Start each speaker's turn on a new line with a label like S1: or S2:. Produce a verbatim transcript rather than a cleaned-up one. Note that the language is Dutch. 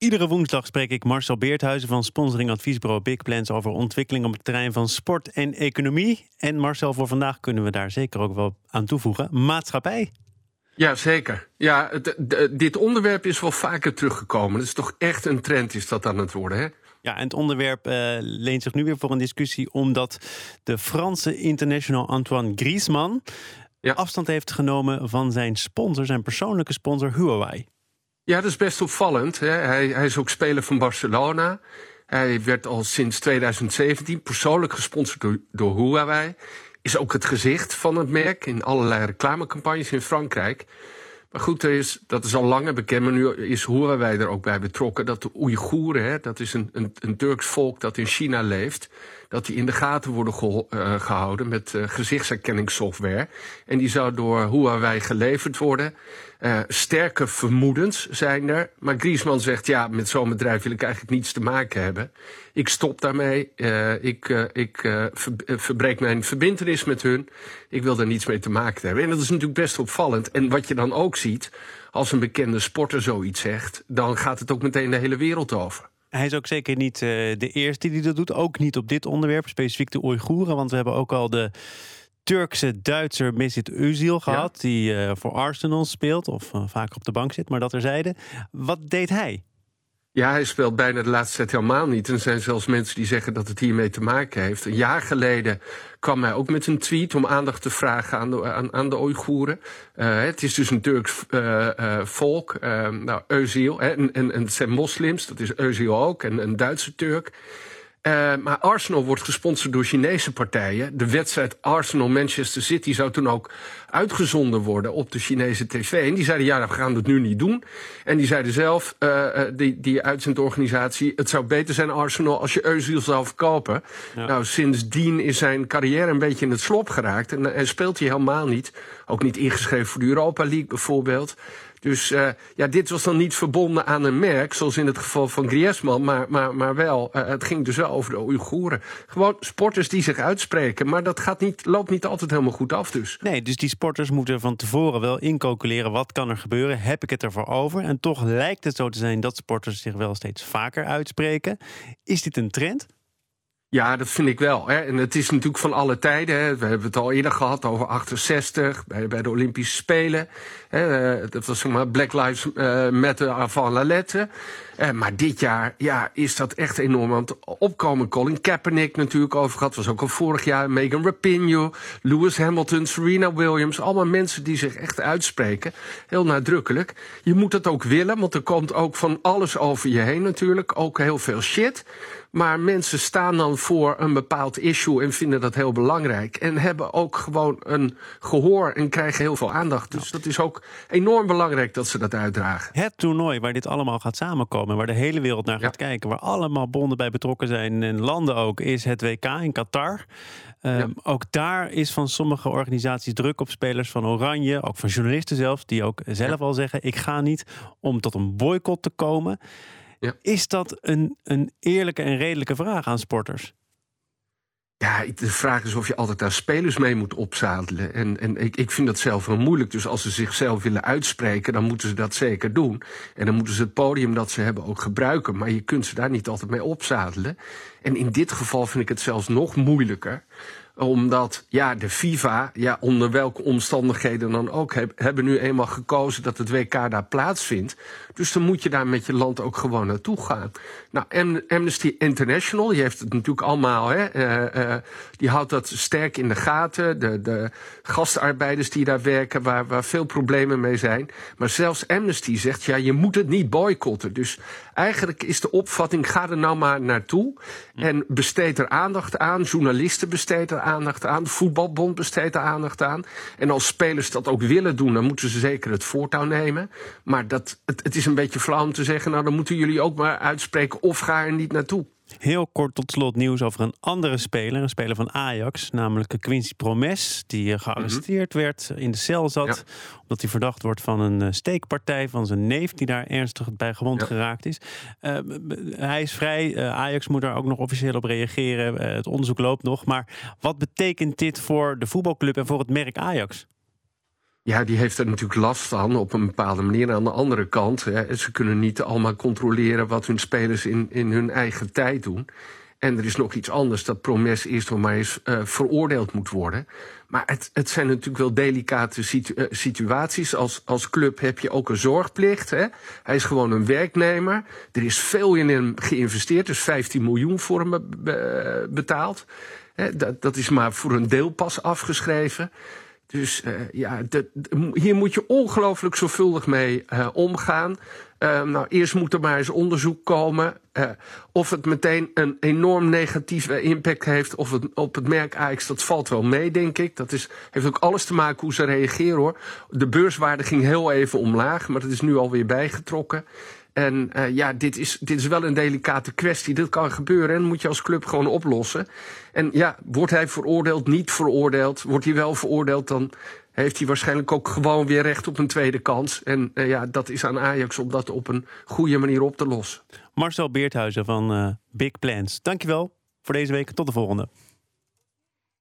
S1: Iedere woensdag spreek ik Marcel Beerthuizen van sponsoring adviesbureau Big Plans over ontwikkeling op het terrein van sport en economie. En Marcel, voor vandaag kunnen we daar zeker ook wel aan toevoegen. Maatschappij.
S2: Ja, zeker. Ja, het, de, dit onderwerp is wel vaker teruggekomen. Het is toch echt een trend is dat aan het worden, hè?
S1: Ja, en het onderwerp uh, leent zich nu weer voor een discussie, omdat de Franse international Antoine Griezmann ja. afstand heeft genomen van zijn sponsor, zijn persoonlijke sponsor Huawei.
S2: Ja, dat is best opvallend. Hè? Hij, hij is ook speler van Barcelona. Hij werd al sinds tweeduizend zeventien persoonlijk gesponsord door, door Huawei. Is ook het gezicht van het merk in allerlei reclamecampagnes in Frankrijk. Maar goed, er is, dat is al langer bekend, maar nu is Huawei er ook bij betrokken. Dat de Oeigoeren, hè, dat is een, een, een Turks volk dat in China leeft, dat die in de gaten worden geho- uh, gehouden met uh, gezichtsherkenningssoftware. En die zou door Huawei geleverd worden. Uh, sterke vermoedens zijn er. Maar Griezmann zegt, ja, met zo'n bedrijf wil ik eigenlijk niets te maken hebben. Ik stop daarmee. Uh, ik uh, ik uh, ver, uh, verbreek mijn verbintenis met hun. Ik wil daar niets mee te maken hebben. En dat is natuurlijk best opvallend. En wat je dan ook ziet, als een bekende sporter zoiets zegt, dan gaat het ook meteen de hele wereld over.
S1: Hij is ook zeker niet uh, de eerste die dat doet. Ook niet op dit onderwerp, specifiek de Oeigoeren. Want we hebben ook al de Turkse Duitser Mesut Özil gehad, ja. die uh, voor Arsenal speelt of uh, vaker op de bank zit, maar dat terzijde. Wat deed hij?
S2: Ja, hij speelt bijna de laatste tijd helemaal niet. En er zijn zelfs mensen die zeggen dat het hiermee te maken heeft. Een jaar geleden kwam hij ook met een tweet om aandacht te vragen aan de, aan, aan de Oeigoeren. Uh, het is dus een Turks uh, uh, volk, uh, nou, Özil, hè, en, en, en het zijn moslims, dat is Özil ook, en een Duitse Turk. Uh, maar Arsenal wordt gesponsord door Chinese partijen. De wedstrijd Arsenal-Manchester City zou toen ook uitgezonden worden op de Chinese tv. En die zeiden, ja, we gaan het nu niet doen. En die zeiden zelf, uh, die, die uitzendorganisatie, het zou beter zijn, Arsenal, als je Özil zou verkopen. Ja. Nou, sindsdien is zijn carrière een beetje in het slop geraakt. En, en speelt hij helemaal niet. Ook niet ingeschreven voor de Europa League bijvoorbeeld. Dus uh, ja, dit was dan niet verbonden aan een merk, zoals in het geval van Griezmann, maar, maar, maar wel, uh, het ging dus wel over de Oeigoeren. Gewoon sporters die zich uitspreken, maar dat gaat niet, loopt niet altijd helemaal goed af dus.
S1: Nee, dus die sporters moeten van tevoren wel incalculeren, wat kan er gebeuren, heb ik het ervoor over? En toch lijkt het zo te zijn dat sporters zich wel steeds vaker uitspreken. Is dit een trend?
S2: Ja, dat vind ik wel. Hè. En het is natuurlijk van alle tijden. Hè. We hebben het al eerder gehad over achtenzestig, bij, bij de Olympische Spelen. Hè. Dat was zeg maar Black Lives uh, Matter avant la lettre. Uh, maar dit jaar ja, is dat echt enorm aan het opkomen. Colin Kaepernick natuurlijk over gehad. Was ook al vorig jaar. Megan Rapinoe, Lewis Hamilton, Serena Williams. Allemaal mensen die zich echt uitspreken. Heel nadrukkelijk. Je moet het ook willen, want er komt ook van alles over je heen natuurlijk. Ook heel veel shit. Maar mensen staan dan voor een bepaald issue en vinden dat heel belangrijk. En hebben ook gewoon een gehoor en krijgen heel veel aandacht. Dus dat is ook enorm belangrijk dat ze dat uitdragen.
S1: Het toernooi waar dit allemaal gaat samenkomen, waar de hele wereld naar gaat ja. kijken, waar allemaal bonden bij betrokken zijn en landen ook, is het W K in Qatar. Um, ja. Ook daar is van sommige organisaties druk op spelers van Oranje, ook van journalisten zelfs, die ook zelf ja. al zeggen, ik ga niet, om tot een boycott te komen. Ja. Is dat een, een eerlijke en redelijke vraag aan sporters?
S2: Ja, de vraag is of je altijd daar spelers mee moet opzadelen. En, en ik, ik vind dat zelf wel moeilijk. Dus als ze zichzelf willen uitspreken, dan moeten ze dat zeker doen. En dan moeten ze het podium dat ze hebben ook gebruiken. Maar je kunt ze daar niet altijd mee opzadelen. En in dit geval vind ik het zelfs nog moeilijker. Omdat, ja, de FIFA, ja, onder welke omstandigheden dan ook, heb, hebben nu eenmaal gekozen dat het W K daar plaatsvindt. Dus dan moet je daar met je land ook gewoon naartoe gaan. Nou, Amnesty International, die heeft het natuurlijk allemaal, hè, uh, uh, die houdt dat sterk in de gaten. De, de gastarbeiders die daar werken, waar, waar veel problemen mee zijn. Maar zelfs Amnesty zegt, ja, je moet het niet boycotten. Dus eigenlijk is de opvatting, ga er nou maar naartoe. En besteed er aandacht aan, journalisten besteed er aandacht aan, de voetbalbond besteedt er aandacht aan. En als spelers dat ook willen doen, dan moeten ze zeker het voortouw nemen. Maar dat, het, het is een beetje flauw om te zeggen, nou dan moeten jullie ook maar uitspreken of ga er niet naartoe.
S1: Heel kort tot slot nieuws over een andere speler, een speler van Ajax, namelijk Quincy Promes, die gearresteerd mm-hmm. werd, in de cel zat, ja. omdat hij verdacht wordt van een steekpartij van zijn neef, die daar ernstig bij gewond ja. geraakt is. Uh, hij is vrij, uh, Ajax moet daar ook nog officieel op reageren, uh, het onderzoek loopt nog, maar wat betekent dit voor de voetbalclub en voor het merk Ajax?
S2: Ja, die heeft er natuurlijk last van op een bepaalde manier. Aan de andere kant, hè, ze kunnen niet allemaal controleren wat hun spelers in, in hun eigen tijd doen. En er is nog iets anders, dat Promes eerst nog maar eens uh, veroordeeld moet worden. Maar het, het zijn natuurlijk wel delicate situ- uh, situaties. Als, als club heb je ook een zorgplicht. Hè? Hij is gewoon een werknemer. Er is veel in hem geïnvesteerd, dus vijftien miljoen voor hem be- be- betaald. Hè? Dat, dat is maar voor een deel pas afgeschreven. Dus uh, ja, de, de, hier moet je ongelooflijk zorgvuldig mee uh, omgaan. Uh, nou, eerst moet er maar eens onderzoek komen. Uh, of het meteen een enorm negatieve impact heeft of het, op het merk Ajax, dat valt wel mee, denk ik. Dat is, heeft ook alles te maken hoe ze reageren, hoor. De beurswaarde ging heel even omlaag, maar dat is nu alweer bijgetrokken. En uh, ja, dit is, dit is wel een delicate kwestie. Dit kan gebeuren en dat moet je als club gewoon oplossen. En ja, wordt hij veroordeeld, niet veroordeeld? Wordt hij wel veroordeeld, dan heeft hij waarschijnlijk ook gewoon weer recht op een tweede kans. En uh, ja, dat is aan Ajax om dat op een goede manier op te lossen.
S1: Marcel Beerthuizen van uh, Big Plans. Dankjewel voor deze week. Tot de volgende.